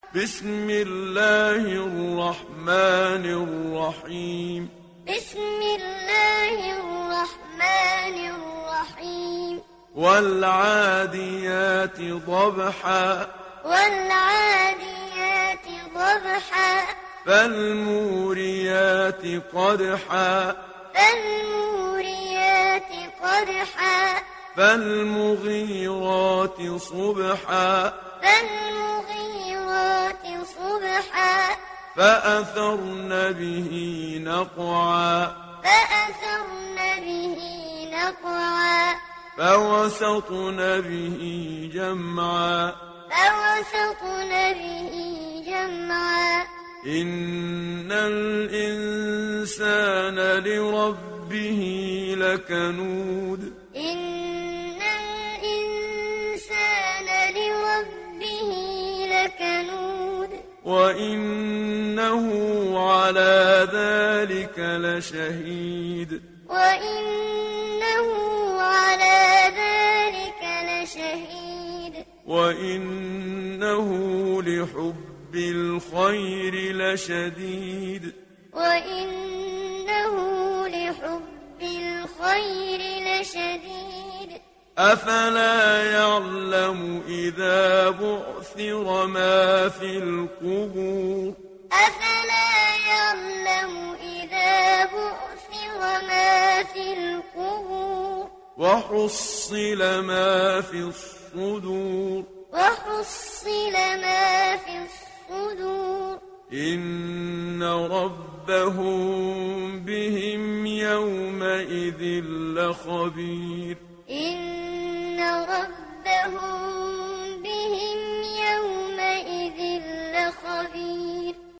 بسم الله الرحمن الرحيم. بسم الله الرحمن الرحيم. والعاديات ضبحا. والعاديات ضبحا. فالموريات قدحا. فالموريات قدحا. فالمغيرات صبحا. فالمغيرات صبحا. فأثرن به نقعا. فأثرن به نقعا. فوسطن به جمعا. فوسطن به جمعا. إن الإنسان لربه لكنود. إن الإنسان لربه لكنود. وإنه على ذلك لشهيد. وإنه على ذلك لشهيد. وإنه لحب الخير لشديد. وإنه لحب الخير لشديد. أفلا يعلم إذا بعثر ما في القبور. أفلا يعلم إذا بعثر ما في القبور. وحصل ما في الصدور. وحصل ما في الصدور. إن ربهم بهم يومئذ لخبير. إن ربهم بهم يومئذ لخبير.